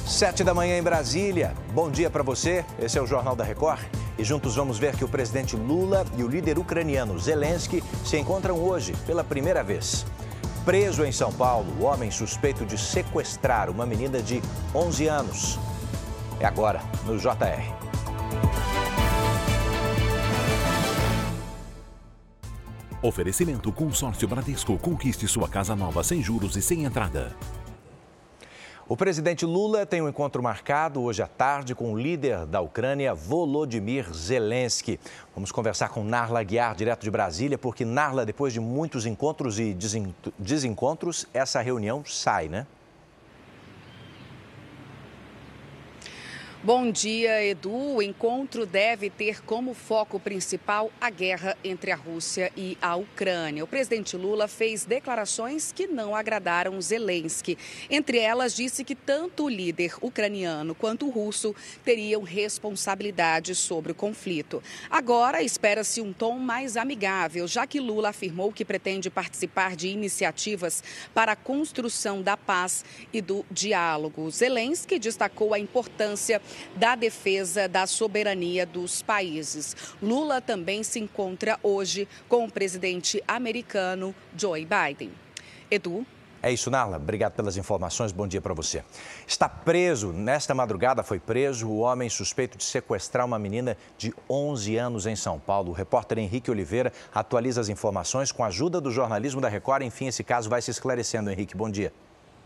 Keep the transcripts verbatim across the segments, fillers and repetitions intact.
Sete da manhã em Brasília. Bom dia para você. Esse é o Jornal da Record. E juntos vamos ver que o presidente Lula e o líder ucraniano Zelensky se encontram hoje pela primeira vez. Preso em São Paulo, o homem suspeito de sequestrar uma menina de onze anos. É agora, no J R. Oferecimento Consórcio Bradesco. Conquiste sua casa nova sem juros e sem entrada. O presidente Lula tem um encontro marcado hoje à tarde com o líder da Ucrânia, Volodymyr Zelensky. Vamos conversar com Narla Aguiar, direto de Brasília, porque, Narla, depois de muitos encontros e desencontros, essa reunião sai, né? Bom dia, Edu. O encontro deve ter como foco principal a guerra entre a Rússia e a Ucrânia. O presidente Lula fez declarações que não agradaram Zelensky. Entre elas, disse que tanto o líder ucraniano quanto o russo teriam responsabilidade sobre o conflito. Agora, espera-se um tom mais amigável, já que Lula afirmou que pretende participar de iniciativas para a construção da paz e do diálogo. Zelensky destacou a importância da defesa da soberania dos países. Lula também se encontra hoje com o presidente americano Joe Biden. Edu? É isso, Narla. Obrigado pelas informações. Bom dia para você. Está preso, nesta madrugada foi preso o homem suspeito de sequestrar uma menina de onze anos em São Paulo. O repórter Henrique Oliveira atualiza as informações com a ajuda do jornalismo da Record. Enfim, esse caso vai se esclarecendo. Henrique, bom dia.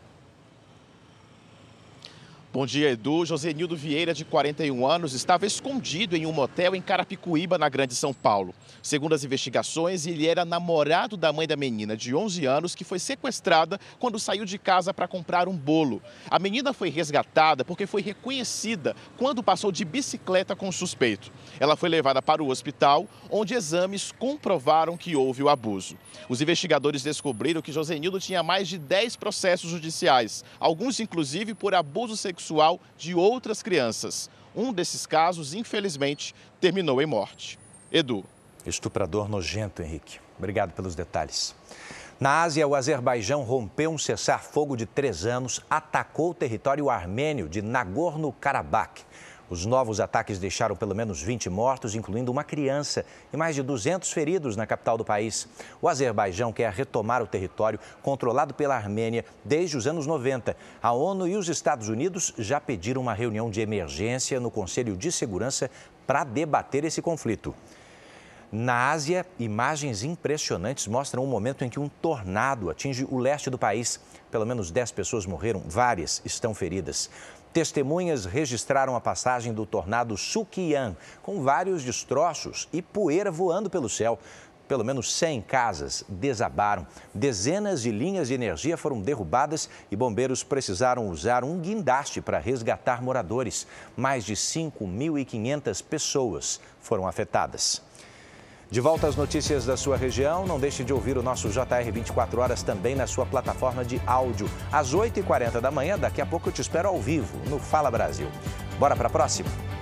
Bom dia, Edu. Josenildo Vieira, de quarenta e um anos, estava escondido em um motel em Carapicuíba, na Grande São Paulo. Segundo as investigações, ele era namorado da mãe da menina, de onze anos, que foi sequestrada quando saiu de casa para comprar um bolo. A menina foi resgatada porque foi reconhecida quando passou de bicicleta com o suspeito. Ela foi levada para o hospital, onde exames comprovaram que houve o abuso. Os investigadores descobriram que Josenildo tinha mais de dez processos judiciais, alguns inclusive por abuso sexual sexual de outras crianças. Um desses casos, infelizmente, terminou em morte. Edu. Estuprador nojento, Henrique. Obrigado pelos detalhes. Na Ásia, o Azerbaijão rompeu um cessar-fogo de três anos, atacou o território armênio de Nagorno-Karabakh. Os novos ataques deixaram pelo menos vinte mortos, incluindo uma criança, e mais de duzentos feridos na capital do país. O Azerbaijão quer retomar o território controlado pela Armênia desde os anos noventa. A ONU e os Estados Unidos já pediram uma reunião de emergência no Conselho de Segurança para debater esse conflito. Na Ásia, imagens impressionantes mostram um momento em que um tornado atinge o leste do país. Pelo menos dez pessoas morreram, várias estão feridas. Testemunhas registraram a passagem do tornado Sukiyan, com vários destroços e poeira voando pelo céu. Pelo menos cem casas desabaram, dezenas de linhas de energia foram derrubadas e bombeiros precisaram usar um guindaste para resgatar moradores. Mais de cinco mil e quinhentas pessoas foram afetadas. De volta às notícias da sua região, não deixe de ouvir o nosso J R vinte e quatro horas também na sua plataforma de áudio. Às oito e quarenta da manhã, daqui a pouco eu te espero ao vivo no Fala Brasil. Bora para a próxima?